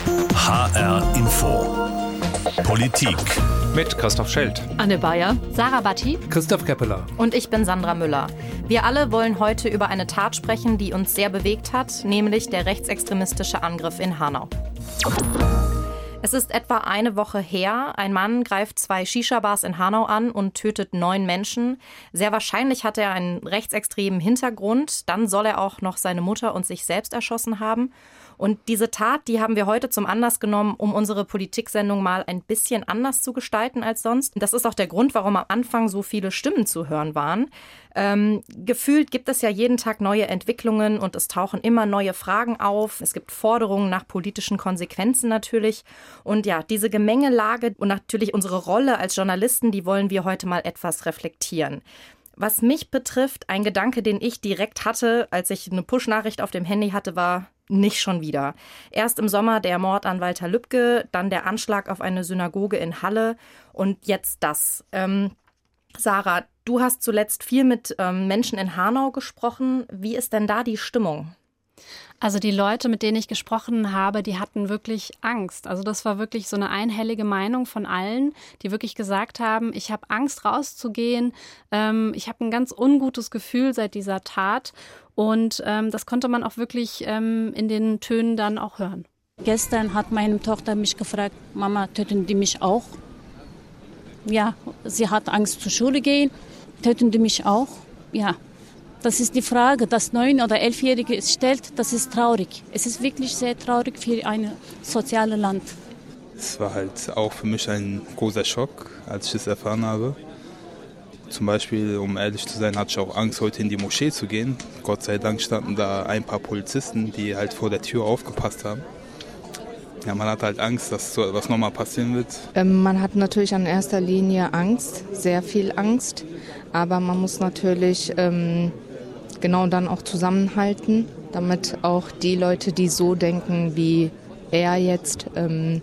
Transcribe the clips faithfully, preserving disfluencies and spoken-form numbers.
H R Info. Politik. Mit Christoph Schelt, Anne Bayer, Sarah Batti, Christoph Keppeler und ich bin Sandra Müller. Wir alle wollen heute über eine Tat sprechen, die uns sehr bewegt hat, nämlich der rechtsextremistische Angriff in Hanau. Es ist etwa eine Woche her. Ein Mann greift zwei Shisha-Bars in Hanau an und tötet neun Menschen. Sehr wahrscheinlich hat er einen rechtsextremen Hintergrund. Dann soll er auch noch seine Mutter und sich selbst erschossen haben. Und diese Tat, die haben wir heute zum Anlass genommen, um unsere Politiksendung mal ein bisschen anders zu gestalten als sonst. Das ist auch der Grund, warum am Anfang so viele Stimmen zu hören waren. Ähm, gefühlt gibt es ja jeden Tag neue Entwicklungen und es tauchen immer neue Fragen auf. Es gibt Forderungen nach politischen Konsequenzen natürlich. Und ja, diese Gemengelage und natürlich unsere Rolle als Journalisten, die wollen wir heute mal etwas reflektieren. Was mich betrifft, ein Gedanke, den ich direkt hatte, als ich eine Push-Nachricht auf dem Handy hatte, war: nicht schon wieder. Erst im Sommer der Mord an Walter Lübcke, dann der Anschlag auf eine Synagoge in Halle und jetzt das. Ähm, Sarah, du hast zuletzt viel mit ähm, Menschen in Hanau gesprochen. Wie ist denn da die Stimmung? Also die Leute, mit denen ich gesprochen habe, die hatten wirklich Angst. Also das war wirklich so eine einhellige Meinung von allen, die wirklich gesagt haben, ich habe Angst rauszugehen, ähm, ich habe ein ganz ungutes Gefühl seit dieser Tat und ähm, das konnte man auch wirklich ähm, in den Tönen dann auch hören. Gestern hat meine Tochter mich gefragt, Mama, töten die mich auch? Ja, sie hat Angst zur Schule gehen, töten die mich auch? Ja. Das ist die Frage, dass neun- oder elfjährige es stellt, das ist traurig. Es ist wirklich sehr traurig für ein soziales Land. Es war halt auch für mich ein großer Schock, als ich es erfahren habe. Zum Beispiel, um ehrlich zu sein, hatte ich auch Angst, heute in die Moschee zu gehen. Gott sei Dank standen da ein paar Polizisten, die halt vor der Tür aufgepasst haben. Ja, man hat halt Angst, dass so etwas nochmal passieren wird. Ähm, man hat natürlich in erster Linie Angst, sehr viel Angst. Aber man muss natürlich ähm, genau dann auch zusammenhalten, damit auch die Leute, die so denken wie er jetzt, ähm,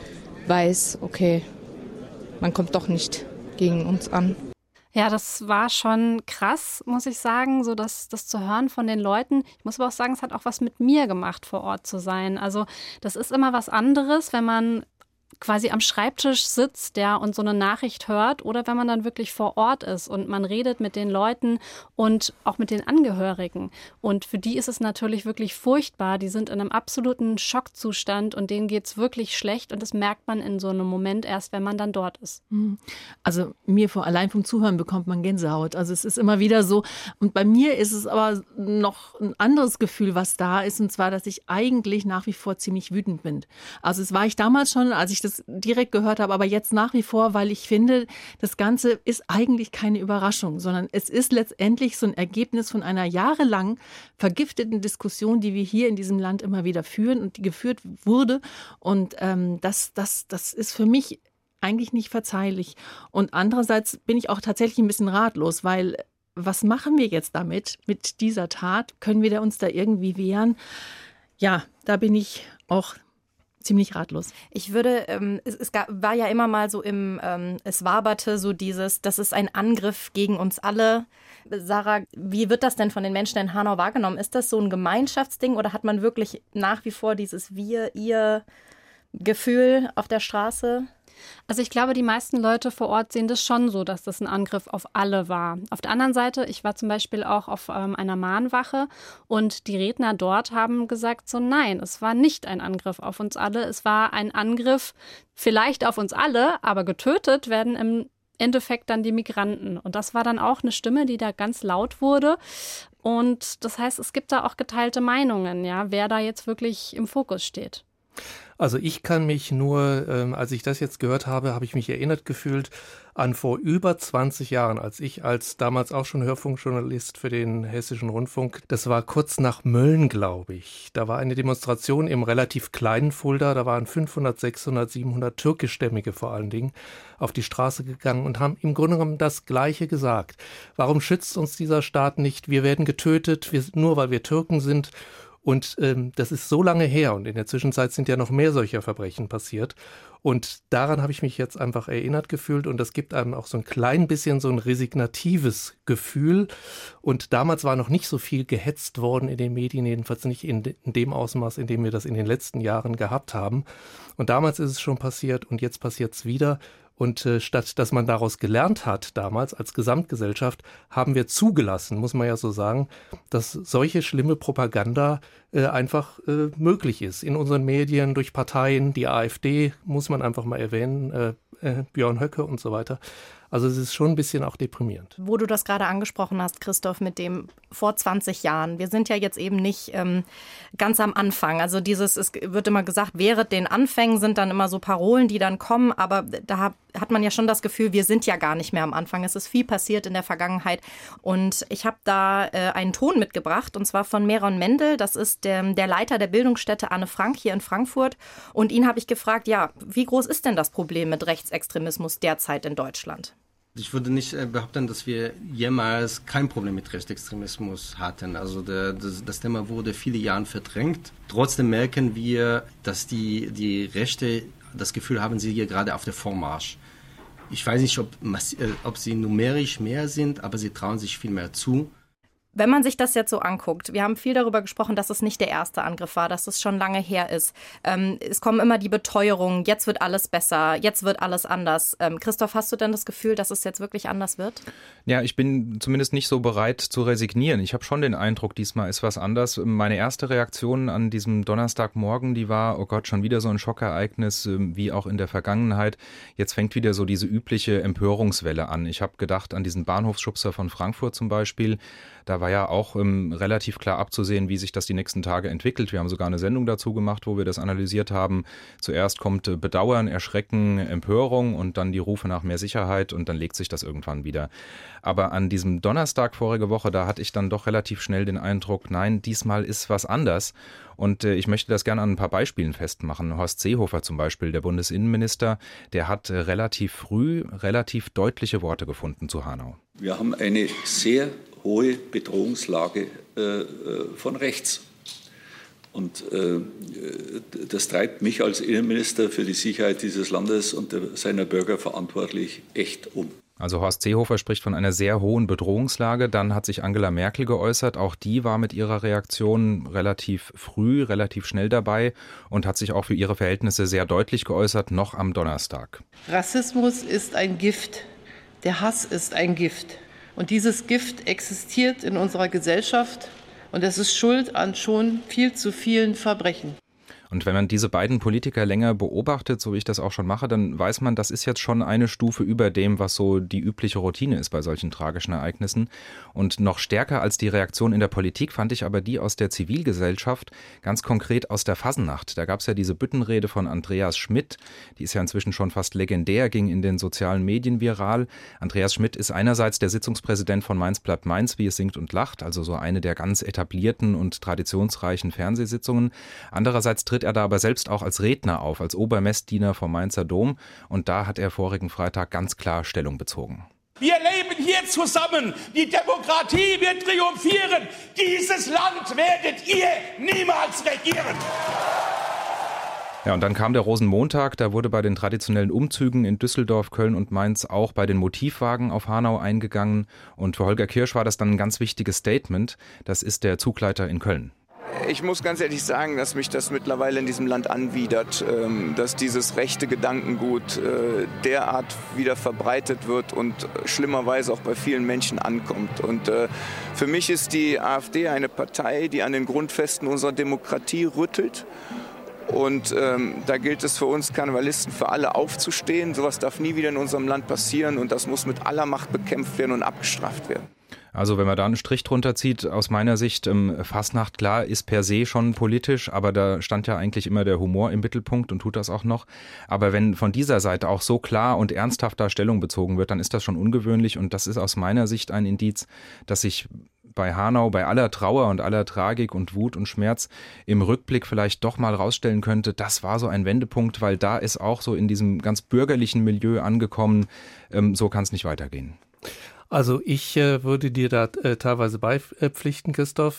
weiß, okay, man kommt doch nicht gegen uns an. Ja, das war schon krass, muss ich sagen, so das, das zu hören von den Leuten. Ich muss aber auch sagen, es hat auch was mit mir gemacht, vor Ort zu sein. Also das ist immer was anderes, wenn man quasi am Schreibtisch sitzt, ja, und so eine Nachricht hört oder wenn man dann wirklich vor Ort ist und man redet mit den Leuten und auch mit den Angehörigen. Und für die ist es natürlich wirklich furchtbar. Die sind in einem absoluten Schockzustand und denen geht es wirklich schlecht und das merkt man in so einem Moment erst, wenn man dann dort ist. Also mir vor allein vom Zuhören bekommt man Gänsehaut. Also es ist immer wieder so. Und bei mir ist es aber noch ein anderes Gefühl, was da ist, und zwar, dass ich eigentlich nach wie vor ziemlich wütend bin. Also es war ich damals schon, als ich das direkt gehört habe, aber jetzt nach wie vor, weil ich finde, das Ganze ist eigentlich keine Überraschung, sondern es ist letztendlich so ein Ergebnis von einer jahrelang vergifteten Diskussion, die wir hier in diesem Land immer wieder führen und die geführt wurde. Und ähm, das, das, das ist für mich eigentlich nicht verzeihlich. Und andererseits bin ich auch tatsächlich ein bisschen ratlos, weil was machen wir jetzt damit, mit dieser Tat? Können wir uns da irgendwie wehren? Ja, da bin ich auch ziemlich ratlos. Ich würde, ähm, es, es gab, war ja immer mal so im, ähm, es waberte so dieses, das ist ein Angriff gegen uns alle. Sarah, wie wird das denn von den Menschen in Hanau wahrgenommen? Ist das so ein Gemeinschaftsding oder hat man wirklich nach wie vor dieses Wir, Ihr Gefühl auf der Straße? Also ich glaube, die meisten Leute vor Ort sehen das schon so, dass das ein Angriff auf alle war. Auf der anderen Seite, ich war zum Beispiel auch auf ähm, einer Mahnwache und die Redner dort haben gesagt, so nein, es war nicht ein Angriff auf uns alle. Es war ein Angriff vielleicht auf uns alle, aber getötet werden im Endeffekt dann die Migranten. Und das war dann auch eine Stimme, die da ganz laut wurde. Und das heißt, es gibt da auch geteilte Meinungen, ja, wer da jetzt wirklich im Fokus steht. Also ich kann mich nur, ähm, als ich das jetzt gehört habe, habe ich mich erinnert gefühlt an vor über zwanzig Jahren, als ich als damals auch schon Hörfunkjournalist für den Hessischen Rundfunk, das war kurz nach Mölln, glaube ich. Da war eine Demonstration im relativ kleinen Fulda, da waren fünfhundert, sechshundert, siebenhundert Türkischstämmige vor allen Dingen auf die Straße gegangen und haben im Grunde genommen das Gleiche gesagt. Warum schützt uns dieser Staat nicht? Wir werden getötet, wir, nur weil wir Türken sind. Und ähm, das ist so lange her und in der Zwischenzeit sind ja noch mehr solcher Verbrechen passiert. Und daran habe ich mich jetzt einfach erinnert gefühlt und das gibt einem auch so ein klein bisschen so ein resignatives Gefühl. Und damals war noch nicht so viel gehetzt worden in den Medien, jedenfalls nicht in, de- in dem Ausmaß, in dem wir das in den letzten Jahren gehabt haben. Und damals ist es schon passiert und jetzt passiert es wieder. Und äh, statt dass man daraus gelernt hat, damals als Gesamtgesellschaft, haben wir zugelassen, muss man ja so sagen, dass solche schlimme Propaganda äh, einfach äh, möglich ist. In unseren Medien, durch Parteien, die AfD, muss man einfach mal erwähnen, äh, äh, Björn Höcke und so weiter. Also es ist schon ein bisschen auch deprimierend. Wo du das gerade angesprochen hast, Christoph, mit dem vor zwanzig Jahren. Wir sind ja jetzt eben nicht ähm, ganz am Anfang. Also dieses, es wird immer gesagt, während den Anfängen sind dann immer so Parolen, die dann kommen. Aber da hat man ja schon das Gefühl, wir sind ja gar nicht mehr am Anfang. Es ist viel passiert in der Vergangenheit. Und ich habe da äh, einen Ton mitgebracht, und zwar von Meron Mendel. Das ist der, der Leiter der Bildungsstätte Anne Frank hier in Frankfurt. Und ihn habe ich gefragt, ja, wie groß ist denn das Problem mit Rechtsextremismus derzeit in Deutschland? Ich würde nicht behaupten, dass wir jemals kein Problem mit Rechtsextremismus hatten. Also der, das, das Thema wurde viele Jahre verdrängt. Trotzdem merken wir, dass die, die Rechte das Gefühl haben, sie hier gerade auf der Vormarsch. Ich weiß nicht, ob, ob sie numerisch mehr sind, aber sie trauen sich viel mehr zu. Wenn man sich das jetzt so anguckt, wir haben viel darüber gesprochen, dass es nicht der erste Angriff war, dass es schon lange her ist. Ähm, es kommen immer die Beteuerungen, jetzt wird alles besser, jetzt wird alles anders. Ähm, Christoph, hast du denn das Gefühl, dass es jetzt wirklich anders wird? Ja, ich bin zumindest nicht so bereit zu resignieren. Ich habe schon den Eindruck, diesmal ist was anders. Meine erste Reaktion an diesem Donnerstagmorgen, die war, oh Gott, schon wieder so ein Schockereignis, wie auch in der Vergangenheit. Jetzt fängt wieder so diese übliche Empörungswelle an. Ich habe gedacht an diesen Bahnhofsschubser von Frankfurt zum Beispiel. Da war ja auch ähm, relativ klar abzusehen, wie sich das die nächsten Tage entwickelt. Wir haben sogar eine Sendung dazu gemacht, wo wir das analysiert haben. Zuerst kommt äh, Bedauern, Erschrecken, Empörung und dann die Rufe nach mehr Sicherheit und dann legt sich das irgendwann wieder. Aber an diesem Donnerstag vorige Woche, da hatte ich dann doch relativ schnell den Eindruck, nein, diesmal ist was anders. Und äh, ich möchte das gerne an ein paar Beispielen festmachen. Horst Seehofer zum Beispiel, der Bundesinnenminister, der hat äh, relativ früh relativ deutliche Worte gefunden zu Hanau. Wir haben eine sehr hohe Bedrohungslage äh, von rechts. Und äh, das treibt mich als Innenminister für die Sicherheit dieses Landes und der, seiner Bürger verantwortlich echt um. Also Horst Seehofer spricht von einer sehr hohen Bedrohungslage. Dann hat sich Angela Merkel geäußert. Auch die war mit ihrer Reaktion relativ früh, relativ schnell dabei und hat sich auch für ihre Verhältnisse sehr deutlich geäußert, noch am Donnerstag. Rassismus ist ein Gift. Der Hass ist ein Gift. Und dieses Gift existiert in unserer Gesellschaft und es ist schuld an schon viel zu vielen Verbrechen. Und wenn man diese beiden Politiker länger beobachtet, so wie ich das auch schon mache, dann weiß man, das ist jetzt schon eine Stufe über dem, was so die übliche Routine ist bei solchen tragischen Ereignissen. Und noch stärker als die Reaktion in der Politik fand ich aber die aus der Zivilgesellschaft, ganz konkret aus der Fasnacht. Da gab es ja diese Büttenrede von Andreas Schmidt, die ist ja inzwischen schon fast legendär, ging in den sozialen Medien viral. Andreas Schmidt ist einerseits der Sitzungspräsident von Mainz bleibt Mainz, wie es singt und lacht, also so eine der ganz etablierten und traditionsreichen Fernsehsitzungen. Andererseits tritt er da aber selbst auch als Redner auf, als Obermessdiener vom Mainzer Dom. Und da hat er vorigen Freitag ganz klar Stellung bezogen. Wir leben hier zusammen. Die Demokratie wird triumphieren. Dieses Land werdet ihr niemals regieren. Ja, und dann kam der Rosenmontag, da wurde bei den traditionellen Umzügen in Düsseldorf, Köln und Mainz auch bei den Motivwagen auf Hanau eingegangen. Und für Holger Kirsch war das dann ein ganz wichtiges Statement. Das ist der Zugleiter in Köln. Ich muss ganz ehrlich sagen, dass mich das mittlerweile in diesem Land anwidert, dass dieses rechte Gedankengut derart wieder verbreitet wird und schlimmerweise auch bei vielen Menschen ankommt. Und für mich ist die AfD eine Partei, die an den Grundfesten unserer Demokratie rüttelt. Und ähm, da gilt es für uns Karnevalisten, für alle aufzustehen. Sowas darf nie wieder in unserem Land passieren und das muss mit aller Macht bekämpft werden und abgestraft werden. Also wenn man da einen Strich drunter zieht, aus meiner Sicht, ähm, Fasnacht, klar, ist per se schon politisch, aber da stand ja eigentlich immer der Humor im Mittelpunkt und tut das auch noch. Aber wenn von dieser Seite auch so klar und ernsthaft da Stellung bezogen wird, dann ist das schon ungewöhnlich und das ist aus meiner Sicht ein Indiz, dass sich bei Hanau, bei aller Trauer und aller Tragik und Wut und Schmerz im Rückblick vielleicht doch mal rausstellen könnte, das war so ein Wendepunkt, weil da ist auch so in diesem ganz bürgerlichen Milieu angekommen, ähm, so kann es nicht weitergehen. Also ich äh, würde dir da äh, teilweise beipflichten, Christoph.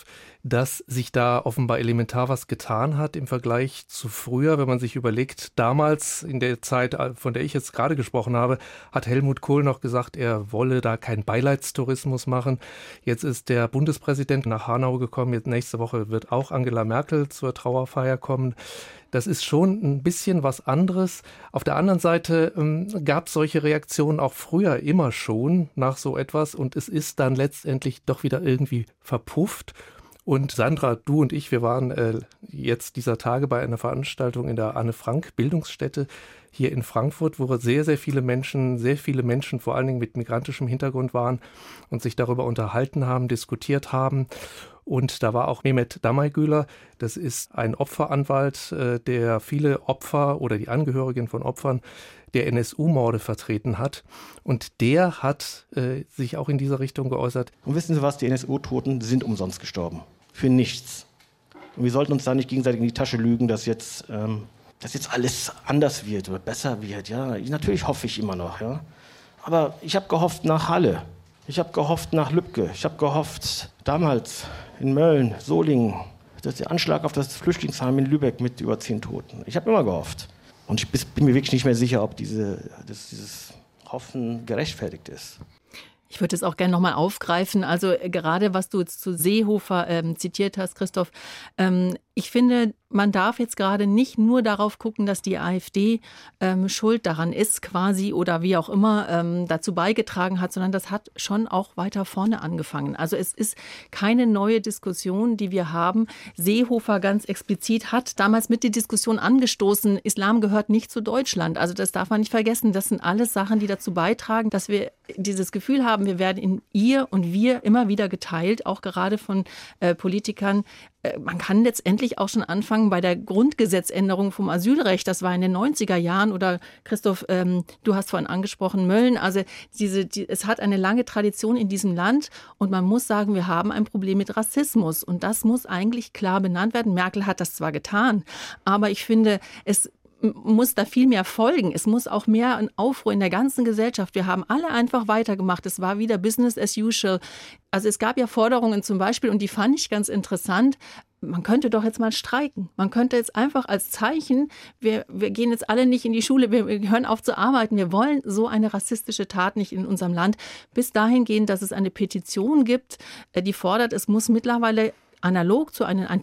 dass sich da offenbar elementar was getan hat im Vergleich zu früher. Wenn man sich überlegt, damals in der Zeit, von der ich jetzt gerade gesprochen habe, hat Helmut Kohl noch gesagt, er wolle da keinen Beileidstourismus machen. Jetzt ist der Bundespräsident nach Hanau gekommen. Jetzt nächste Woche wird auch Angela Merkel zur Trauerfeier kommen. Das ist schon ein bisschen was anderes. Auf der anderen Seite ähm, gab es solche Reaktionen auch früher immer schon nach so etwas und es ist dann letztendlich doch wieder irgendwie verpufft. Und Sandra, du und ich, wir waren äh, jetzt dieser Tage bei einer Veranstaltung in der Anne-Frank-Bildungsstätte hier in Frankfurt, wo sehr, sehr viele Menschen, sehr viele Menschen vor allen Dingen mit migrantischem Hintergrund waren und sich darüber unterhalten haben, diskutiert haben. Und da war auch Mehmet Damaygüler, das ist ein Opferanwalt, äh, der viele Opfer oder die Angehörigen von Opfern der N S U-Morde vertreten hat. Und der hat äh, sich auch in dieser Richtung geäußert. Und wissen Sie was, die N S U-Toten sind umsonst gestorben. Für nichts. Und wir sollten uns da nicht gegenseitig in die Tasche lügen, dass jetzt, ähm, dass jetzt alles anders wird oder besser wird. Ja, natürlich hoffe ich immer noch. Ja. Aber ich habe gehofft nach Halle. Ich habe gehofft nach Lübcke. Ich habe gehofft damals in Mölln, Solingen, dass der Anschlag auf das Flüchtlingsheim in Lübeck mit über zehn Toten. Ich habe immer gehofft. Und ich bin mir wirklich nicht mehr sicher, ob diese, dass dieses Hoffen gerechtfertigt ist. Ich würde es auch gerne nochmal aufgreifen. Also äh, gerade was du jetzt zu Seehofer ähm, zitiert hast, Christoph. Ähm, ich finde, man darf jetzt gerade nicht nur darauf gucken, dass die AfD ähm, schuld daran ist quasi oder wie auch immer ähm, dazu beigetragen hat, sondern das hat schon auch weiter vorne angefangen. Also es ist keine neue Diskussion, die wir haben. Seehofer ganz explizit hat damals mit die Diskussion angestoßen, Islam gehört nicht zu Deutschland. Also das darf man nicht vergessen. Das sind alles Sachen, die dazu beitragen, dass wir dieses Gefühl haben, wir werden in ihr und wir immer wieder geteilt, auch gerade von äh, Politikern. Äh, man kann letztendlich auch schon anfangen bei der Grundgesetzänderung vom Asylrecht. Das war in den neunziger Jahren oder Christoph, ähm, du hast vorhin angesprochen, Mölln. Also diese, die, es hat eine lange Tradition in diesem Land und man muss sagen, wir haben ein Problem mit Rassismus und das muss eigentlich klar benannt werden. Merkel hat das zwar getan, aber ich finde, es muss da viel mehr folgen. Es muss auch mehr ein Aufruhr in der ganzen Gesellschaft. Wir haben alle einfach weitergemacht. Es war wieder Business as usual. Also es gab ja Forderungen zum Beispiel, und die fand ich ganz interessant, man könnte doch jetzt mal streiken. Man könnte jetzt einfach als Zeichen, wir, wir gehen jetzt alle nicht in die Schule, wir, wir hören auf zu arbeiten. Wir wollen so eine rassistische Tat nicht in unserem Land. Bis dahin gehen, dass es eine Petition gibt, die fordert, es muss mittlerweile analog zu einem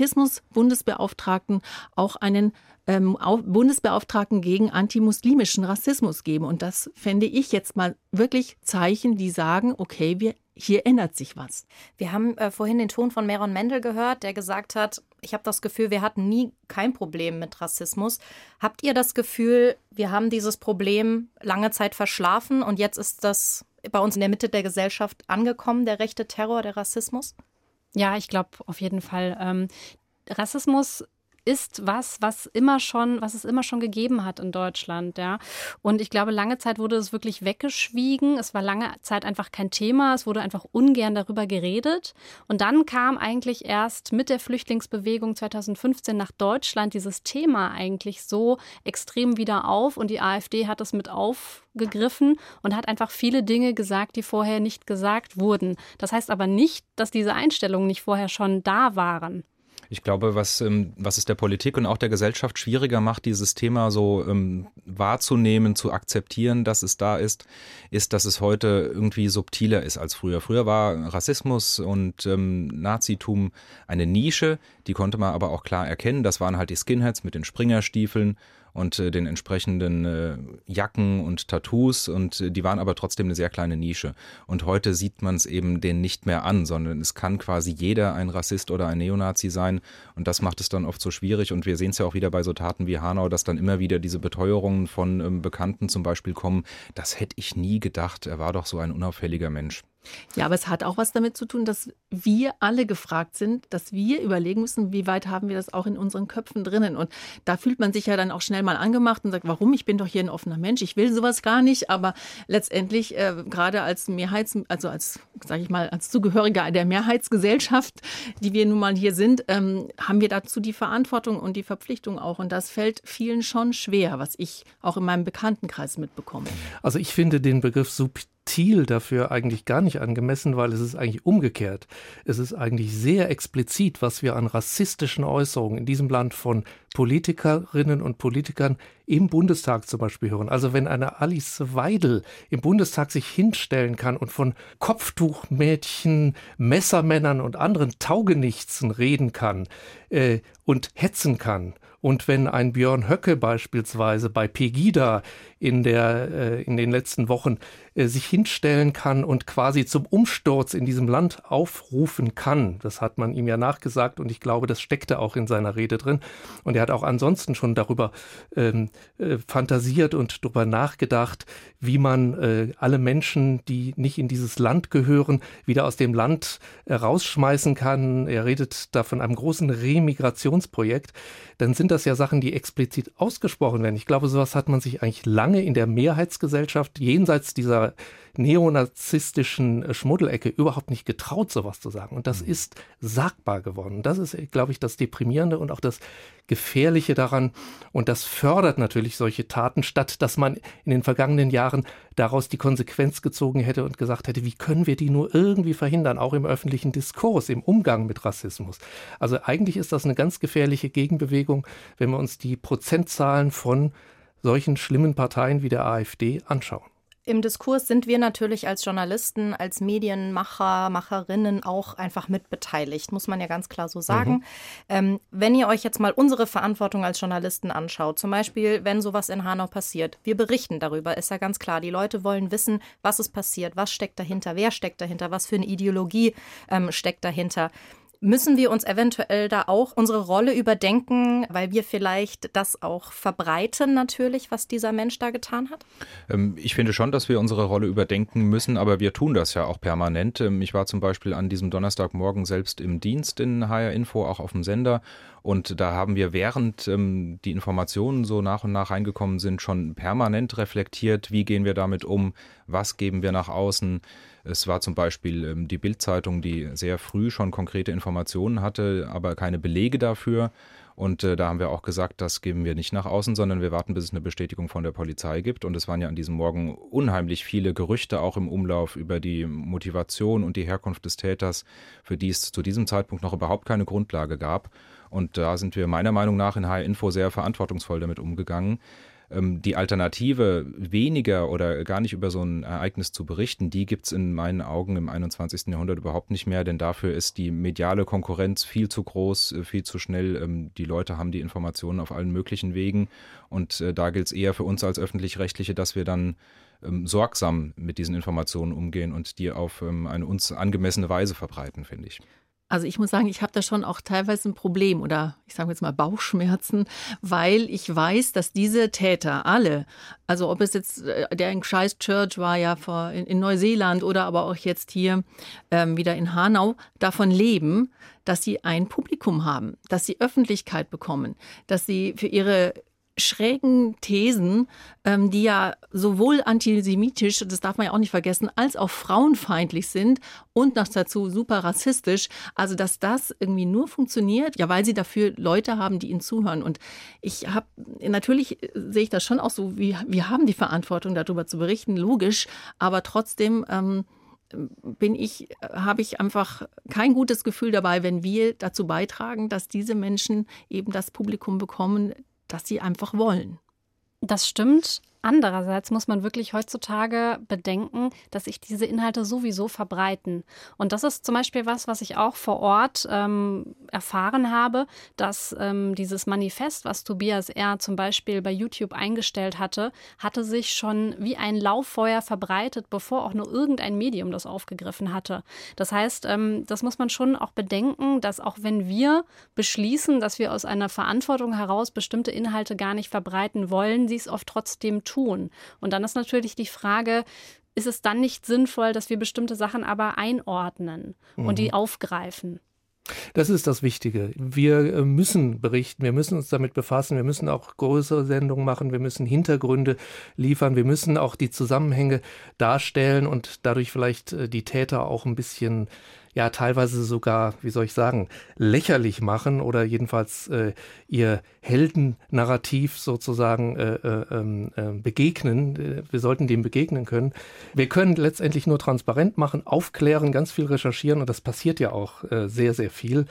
Antisemitismus-Bundesbeauftragten auch einen ähm, Bundesbeauftragten gegen antimuslimischen Rassismus geben. Und das fände ich jetzt mal wirklich Zeichen, die sagen, okay, wir, hier ändert sich was. Wir haben äh, vorhin den Ton von Meron Mendel gehört, der gesagt hat, ich habe das Gefühl, wir hatten nie kein Problem mit Rassismus. Habt ihr das Gefühl, wir haben dieses Problem lange Zeit verschlafen und jetzt ist das bei uns in der Mitte der Gesellschaft angekommen, der rechte Terror, der Rassismus? Ja, ich glaube auf jeden Fall. Ähm, Rassismus ist was, was immer schon, was es immer schon gegeben hat in Deutschland, ja. Und ich glaube, lange Zeit wurde es wirklich weggeschwiegen. Es war lange Zeit einfach kein Thema. Es wurde einfach ungern darüber geredet. Und dann kam eigentlich erst mit der Flüchtlingsbewegung zweitausendfünfzehn nach Deutschland dieses Thema eigentlich so extrem wieder auf. Und die AfD hat es mit aufgegriffen und hat einfach viele Dinge gesagt, die vorher nicht gesagt wurden. Das heißt aber nicht, dass diese Einstellungen nicht vorher schon da waren. Ich glaube, was, was es der Politik und auch der Gesellschaft schwieriger macht, dieses Thema so ähm, wahrzunehmen, zu akzeptieren, dass es da ist, ist, dass es heute irgendwie subtiler ist als früher. Früher war Rassismus und ähm, Nazitum eine Nische, die konnte man aber auch klar erkennen. Das waren halt die Skinheads mit den Springerstiefeln und äh, den entsprechenden äh, Jacken und Tattoos und äh, die waren aber trotzdem eine sehr kleine Nische. Und heute sieht man es eben denen nicht mehr an, sondern es kann quasi jeder ein Rassist oder ein Neonazi sein und das macht es dann oft so schwierig und wir sehen es ja auch wieder bei so Taten wie Hanau, dass dann immer wieder diese Beteuerungen von ähm, Bekannten zum Beispiel kommen, das hätte ich nie gedacht, er war doch so ein unauffälliger Mensch. Ja, aber es hat auch was damit zu tun, dass wir alle gefragt sind, dass wir überlegen müssen, wie weit haben wir das auch in unseren Köpfen drinnen. Und da fühlt man sich ja dann auch schnell mal angemacht und sagt, warum? Ich bin doch hier ein offener Mensch, ich will sowas gar nicht. Aber letztendlich, äh, gerade als Mehrheits-, also als, sage ich mal, als Zugehöriger der Mehrheitsgesellschaft, die wir nun mal hier sind, ähm, haben wir dazu die Verantwortung und die Verpflichtung auch. Und das fällt vielen schon schwer, was ich auch in meinem Bekanntenkreis mitbekomme. Also ich finde den Begriff Sub Stil dafür eigentlich gar nicht angemessen, weil es ist eigentlich umgekehrt. Es ist eigentlich sehr explizit, was wir an rassistischen Äußerungen in diesem Land von Politikerinnen und Politikern im Bundestag zum Beispiel hören. Also wenn eine Alice Weidel im Bundestag sich hinstellen kann und von Kopftuchmädchen, Messermännern und anderen Taugenichtsen reden kann äh, und hetzen kann, und wenn ein Björn Höcke beispielsweise bei Pegida in, der, äh, in den letzten Wochen äh, sich hinstellen kann und quasi zum Umsturz in diesem Land aufrufen kann, das hat man ihm ja nachgesagt und ich glaube, das steckte auch in seiner Rede drin. Und er hat auch ansonsten schon darüber ähm, äh, fantasiert und darüber nachgedacht, wie man äh, alle Menschen, die nicht in dieses Land gehören, wieder aus dem Land äh, rausschmeißen kann. Er redet da von einem großen Remigrationsprojekt. Dann sind das ja Sachen, die explizit ausgesprochen werden. Ich glaube, sowas hat man sich eigentlich lange in der Mehrheitsgesellschaft jenseits dieser neonazistischen Schmuddelecke überhaupt nicht getraut, sowas zu sagen. Und das ist sagbar geworden. Das ist, glaube ich, das Deprimierende und auch das Gefährliche daran. Und das fördert natürlich solche Taten, statt dass man in den vergangenen Jahren daraus die Konsequenz gezogen hätte und gesagt hätte, wie können wir die nur irgendwie verhindern, auch im öffentlichen Diskurs, im Umgang mit Rassismus. Also eigentlich ist das eine ganz gefährliche Gegenbewegung, wenn wir uns die Prozentzahlen von solchen schlimmen Parteien wie der AfD anschauen. Im Diskurs sind wir natürlich als Journalisten, als Medienmacher, Macherinnen auch einfach mitbeteiligt, muss man ja ganz klar so sagen. Mhm. Ähm, wenn ihr euch jetzt mal unsere Verantwortung als Journalisten anschaut, zum Beispiel, wenn sowas in Hanau passiert, wir berichten darüber, ist ja ganz klar, die Leute wollen wissen, was ist passiert, was steckt dahinter, wer steckt dahinter, was für eine Ideologie ähm, steckt dahinter. Müssen wir uns eventuell da auch unsere Rolle überdenken, weil wir vielleicht das auch verbreiten natürlich, was dieser Mensch da getan hat? Ich finde schon, dass wir unsere Rolle überdenken müssen, aber wir tun das ja auch permanent. Ich war zum Beispiel an diesem Donnerstagmorgen selbst im Dienst in H R Info, auch auf dem Sender. Und da haben wir, während ähm, die Informationen so nach und nach reingekommen sind, schon permanent reflektiert, wie gehen wir damit um, was geben wir nach außen. Es war zum Beispiel ähm, die Bild-Zeitung, die sehr früh schon konkrete Informationen hatte, aber keine Belege dafür. Und äh, da haben wir auch gesagt, das geben wir nicht nach außen, sondern wir warten, bis es eine Bestätigung von der Polizei gibt. Und es waren ja an diesem Morgen unheimlich viele Gerüchte auch im Umlauf über die Motivation und die Herkunft des Täters, für die es zu diesem Zeitpunkt noch überhaupt keine Grundlage gab. Und da sind wir meiner Meinung nach in H R Info sehr verantwortungsvoll damit umgegangen. Die Alternative, weniger oder gar nicht über so ein Ereignis zu berichten, die gibt es in meinen Augen im einundzwanzigsten Jahrhundert überhaupt nicht mehr, denn dafür ist die mediale Konkurrenz viel zu groß, viel zu schnell. Die Leute haben die Informationen auf allen möglichen Wegen und da gilt es eher für uns als Öffentlich-Rechtliche, dass wir dann sorgsam mit diesen Informationen umgehen und die auf eine uns angemessene Weise verbreiten, finde ich. Also ich muss sagen, ich habe da schon auch teilweise ein Problem oder ich sage jetzt mal Bauchschmerzen, weil ich weiß, dass diese Täter alle, also ob es jetzt der in Christchurch war ja vor, in, in Neuseeland oder aber auch jetzt hier ähm, wieder in Hanau, davon leben, dass sie ein Publikum haben, dass sie Öffentlichkeit bekommen, dass sie für ihre schrägen Thesen, ähm, die ja sowohl antisemitisch, das darf man ja auch nicht vergessen, als auch frauenfeindlich sind und noch dazu super rassistisch. Also, dass das irgendwie nur funktioniert, ja, weil sie dafür Leute haben, die ihnen zuhören. Und ich habe, natürlich sehe ich das schon auch so, wie, wir haben die Verantwortung, darüber zu berichten, logisch, aber trotzdem ähm, bin ich, habe ich einfach kein gutes Gefühl dabei, wenn wir dazu beitragen, dass diese Menschen eben das Publikum bekommen, dass sie einfach wollen. Das stimmt. Andererseits muss man wirklich heutzutage bedenken, dass sich diese Inhalte sowieso verbreiten. Und das ist zum Beispiel was, was ich auch vor Ort ähm, erfahren habe, dass ähm, dieses Manifest, was Tobias R. zum Beispiel bei YouTube eingestellt hatte, hatte sich schon wie ein Lauffeuer verbreitet, bevor auch nur irgendein Medium das aufgegriffen hatte. Das heißt, ähm, das muss man schon auch bedenken, dass auch wenn wir beschließen, dass wir aus einer Verantwortung heraus bestimmte Inhalte gar nicht verbreiten wollen, sie es oft trotzdem tun. Und dann ist natürlich die Frage, ist es dann nicht sinnvoll, dass wir bestimmte Sachen aber einordnen und mhm. die aufgreifen? Das ist das Wichtige. Wir müssen berichten, wir müssen uns damit befassen, wir müssen auch größere Sendungen machen, wir müssen Hintergründe liefern, wir müssen auch die Zusammenhänge darstellen und dadurch vielleicht die Täter auch ein bisschen ja teilweise sogar, wie soll ich sagen, lächerlich machen oder jedenfalls äh, ihr Heldennarrativ sozusagen äh, äh, äh, begegnen. Wir sollten dem begegnen können. Wir können letztendlich nur transparent machen, aufklären, ganz viel recherchieren und das passiert ja auch äh, sehr, sehr viel.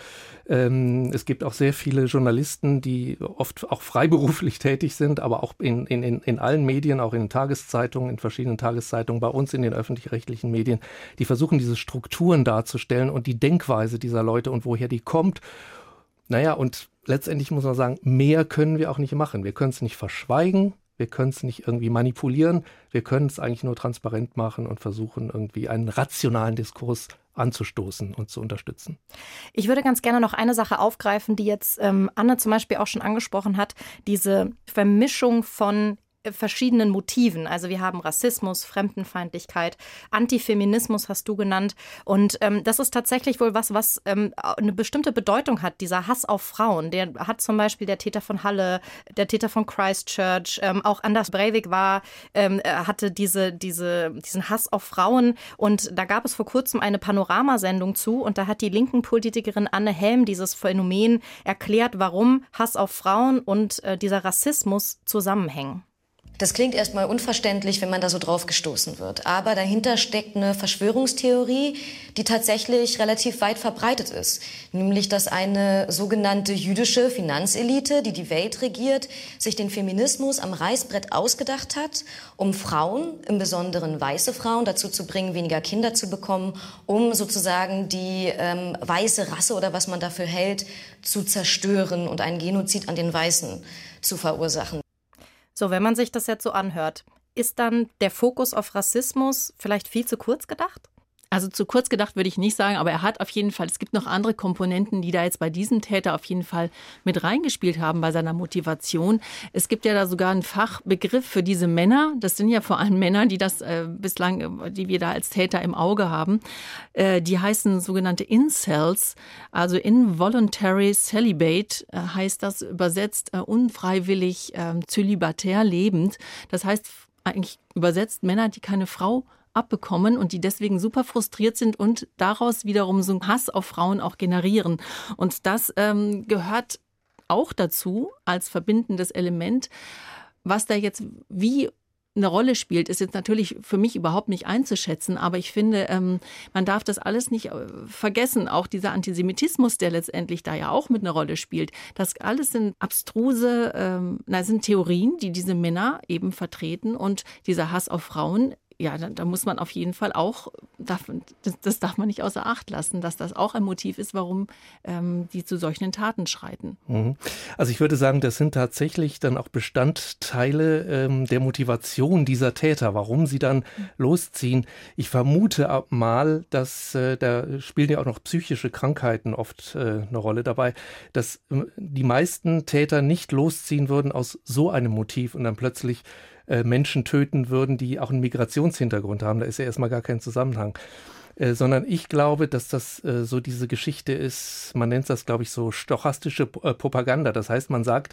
Ähm, es gibt auch sehr viele Journalisten, die oft auch freiberuflich tätig sind, aber auch in, in, in allen Medien, auch in Tageszeitungen, in verschiedenen Tageszeitungen, bei uns in den öffentlich-rechtlichen Medien, die versuchen, diese Strukturen darzustellen und die Denkweise dieser Leute und woher die kommt. Naja, und letztendlich muss man sagen, mehr können wir auch nicht machen. Wir können es nicht verschweigen, wir können es nicht irgendwie manipulieren, wir können es eigentlich nur transparent machen und versuchen, irgendwie einen rationalen Diskurs anzustoßen und zu unterstützen. Ich würde ganz gerne noch eine Sache aufgreifen, die jetzt ähm, Anne zum Beispiel auch schon angesprochen hat, diese Vermischung von verschiedenen Motiven. Also wir haben Rassismus, Fremdenfeindlichkeit, Antifeminismus hast du genannt. Und ähm, das ist tatsächlich wohl was, was ähm, eine bestimmte Bedeutung hat, dieser Hass auf Frauen. Der hat zum Beispiel der Täter von Halle, der Täter von Christchurch, ähm, auch Anders Breivik war, ähm, hatte diese, diese, diesen Hass auf Frauen. Und da gab es vor kurzem eine Panoramasendung zu und da hat die linken Politikerin Anne Helm dieses Phänomen erklärt, warum Hass auf Frauen und äh, dieser Rassismus zusammenhängen. Das klingt erstmal unverständlich, wenn man da so drauf gestoßen wird. Aber dahinter steckt eine Verschwörungstheorie, die tatsächlich relativ weit verbreitet ist. Nämlich, dass eine sogenannte jüdische Finanzelite, die die Welt regiert, sich den Feminismus am Reißbrett ausgedacht hat, um Frauen, im Besonderen weiße Frauen, dazu zu bringen, weniger Kinder zu bekommen, um sozusagen die ähm, weiße Rasse oder was man dafür hält, zu zerstören und einen Genozid an den Weißen zu verursachen. So, wenn man sich das jetzt so anhört, ist dann der Fokus auf Rassismus vielleicht viel zu kurz gedacht? Also zu kurz gedacht würde ich nicht sagen, aber er hat auf jeden Fall, es gibt noch andere Komponenten, die da jetzt bei diesem Täter auf jeden Fall mit reingespielt haben bei seiner Motivation. Es gibt ja da sogar einen Fachbegriff für diese Männer. Das sind ja vor allem Männer, die das äh, bislang, die wir da als Täter im Auge haben. Äh, die heißen sogenannte Incels, also Involuntary Celibate äh, heißt das übersetzt, äh, unfreiwillig äh, zölibatär lebend. Das heißt eigentlich übersetzt Männer, die keine Frau abbekommen und die deswegen super frustriert sind und daraus wiederum so einen Hass auf Frauen auch generieren. Und das ähm, gehört auch dazu als verbindendes Element. Was da jetzt wie eine Rolle spielt, ist jetzt natürlich für mich überhaupt nicht einzuschätzen, aber ich finde, ähm, man darf das alles nicht äh, vergessen. Auch dieser Antisemitismus, der letztendlich da ja auch mit einer Rolle spielt. Das alles sind abstruse, ähm, na, sind Theorien, die diese Männer eben vertreten und dieser Hass auf Frauen. Ja, da, da muss man auf jeden Fall auch, darf, das, das darf man nicht außer Acht lassen, dass das auch ein Motiv ist, warum ähm, die zu solchen Taten schreiten. Also ich würde sagen, das sind tatsächlich dann auch Bestandteile ähm, der Motivation dieser Täter, warum sie dann losziehen. Ich vermute mal, dass äh, da spielen ja auch noch psychische Krankheiten oft äh, eine Rolle dabei, dass äh, die meisten Täter nicht losziehen würden aus so einem Motiv und dann plötzlich Menschen töten würden, die auch einen Migrationshintergrund haben. Da ist ja erstmal gar kein Zusammenhang. Äh, sondern ich glaube, dass das äh, so diese Geschichte ist, man nennt das, glaube ich, so stochastische äh, Propaganda. Das heißt, man sagt,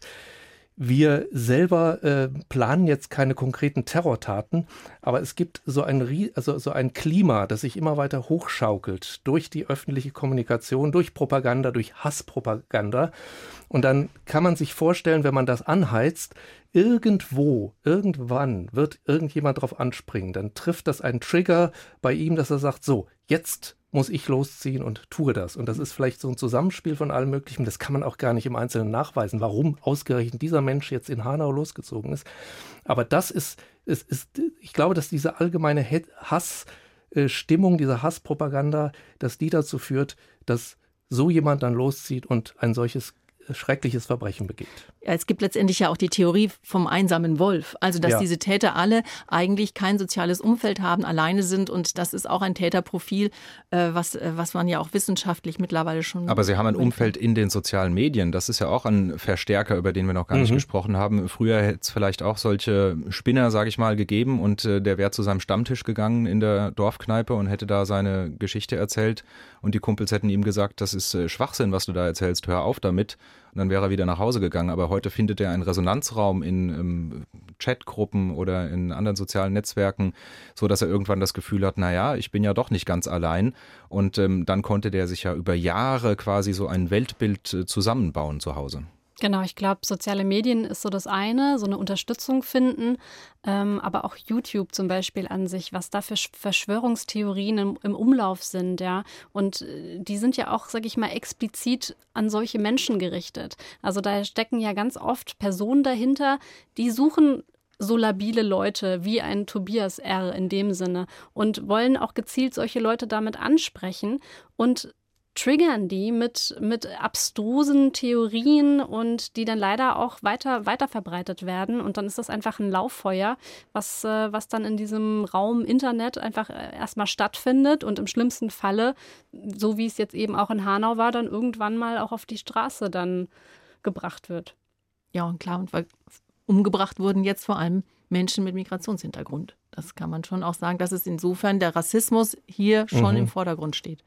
wir selber äh, planen jetzt keine konkreten Terrortaten, aber es gibt so ein, also so ein Klima, das sich immer weiter hochschaukelt durch die öffentliche Kommunikation, durch Propaganda, durch Hasspropaganda. Und dann kann man sich vorstellen, wenn man das anheizt, irgendwo, irgendwann wird irgendjemand drauf anspringen. Dann trifft das einen Trigger bei ihm, dass er sagt, so, jetzt muss ich losziehen und tue das. Und das ist vielleicht so ein Zusammenspiel von allem Möglichen. Das kann man auch gar nicht im Einzelnen nachweisen, warum ausgerechnet dieser Mensch jetzt in Hanau losgezogen ist. Aber das ist, ist, ist ich glaube, dass diese allgemeine Hassstimmung, diese Hasspropaganda, dass die dazu führt, dass so jemand dann loszieht und ein solches schreckliches Verbrechen begeht. Ja, es gibt letztendlich ja auch die Theorie vom einsamen Wolf. Also, dass ja. diese Täter alle eigentlich kein soziales Umfeld haben, alleine sind. Und das ist auch ein Täterprofil, äh, was, äh, was man ja auch wissenschaftlich mittlerweile schon... Aber sie haben ein Umfeld in den sozialen Medien. Das ist ja auch ein Verstärker, über den wir noch gar nicht mhm. gesprochen haben. Früher hätte es vielleicht auch solche Spinner, sage ich mal, gegeben und äh, der wäre zu seinem Stammtisch gegangen in der Dorfkneipe und hätte da seine Geschichte erzählt. Und die Kumpels hätten ihm gesagt, das ist äh, Schwachsinn, was du da erzählst, hör auf damit. Und dann wäre er wieder nach Hause gegangen. Aber heute findet er einen Resonanzraum in ähm, Chatgruppen oder in anderen sozialen Netzwerken, so dass er irgendwann das Gefühl hat, naja, ich bin ja doch nicht ganz allein. Und ähm, dann konnte der sich ja über Jahre quasi so ein Weltbild äh, zusammenbauen zu Hause. Genau, ich glaube, soziale Medien ist so das eine, so eine Unterstützung finden, ähm, aber auch YouTube zum Beispiel an sich, was da für Verschwörungstheorien im, im Umlauf sind, ja. Und die sind ja auch, sag ich mal, explizit an solche Menschen gerichtet. Also da stecken ja ganz oft Personen dahinter, die suchen so labile Leute wie ein Tobias R. in dem Sinne und wollen auch gezielt solche Leute damit ansprechen und triggern die mit, mit abstrusen Theorien und die dann leider auch weiter, weiter verbreitet werden. Und dann ist das einfach ein Lauffeuer, was, äh, was dann in diesem Raum Internet einfach erstmal stattfindet und im schlimmsten Falle, so wie es jetzt eben auch in Hanau war, dann irgendwann mal auch auf die Straße dann gebracht wird. Ja, und klar, und umgebracht wurden jetzt vor allem Menschen mit Migrationshintergrund. Das kann man schon auch sagen, dass es insofern der Rassismus hier schon mhm. im Vordergrund steht.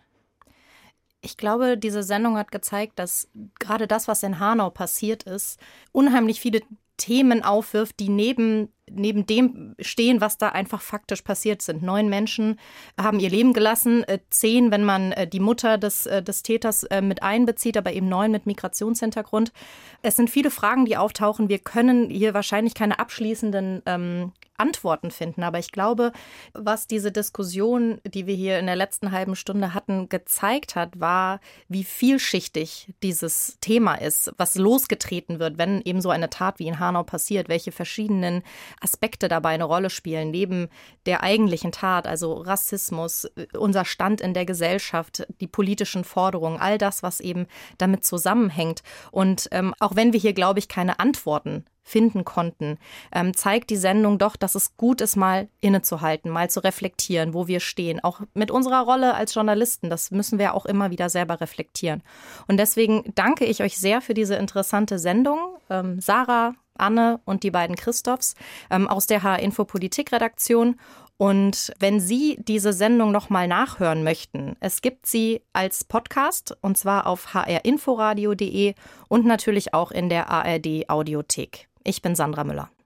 Ich glaube, diese Sendung hat gezeigt, dass gerade das, was in Hanau passiert ist, unheimlich viele Themen aufwirft, die neben, neben dem stehen, was da einfach faktisch passiert sind. Neun Menschen haben ihr Leben gelassen, äh, zehn, wenn man äh, die Mutter des, äh, des Täters äh, mit einbezieht, aber eben neun mit Migrationshintergrund. Es sind viele Fragen, die auftauchen. Wir können hier wahrscheinlich keine abschließenden ähm, Antworten finden. Aber ich glaube, was diese Diskussion, die wir hier in der letzten halben Stunde hatten, gezeigt hat, war, wie vielschichtig dieses Thema ist, was losgetreten wird, wenn eben so eine Tat wie in Hanau passiert, welche verschiedenen Aspekte dabei eine Rolle spielen, neben der eigentlichen Tat, also Rassismus, unser Stand in der Gesellschaft, die politischen Forderungen, all das, was eben damit zusammenhängt. Und ähm, auch wenn wir hier, glaube ich, keine Antworten finden konnten, ähm, zeigt die Sendung doch, dass es gut ist, mal innezuhalten, mal zu reflektieren, wo wir stehen. Auch mit unserer Rolle als Journalisten, das müssen wir auch immer wieder selber reflektieren. Und deswegen danke ich euch sehr für diese interessante Sendung. Ähm, Sarah, Anne und die beiden Christophs ähm, aus der H R-Info-Politik-Redaktion. Und wenn Sie diese Sendung nochmal nachhören möchten, es gibt sie als Podcast und zwar auf h r inforadio punkt d e und natürlich auch in der A R D-Audiothek. Ich bin Sandra Müller.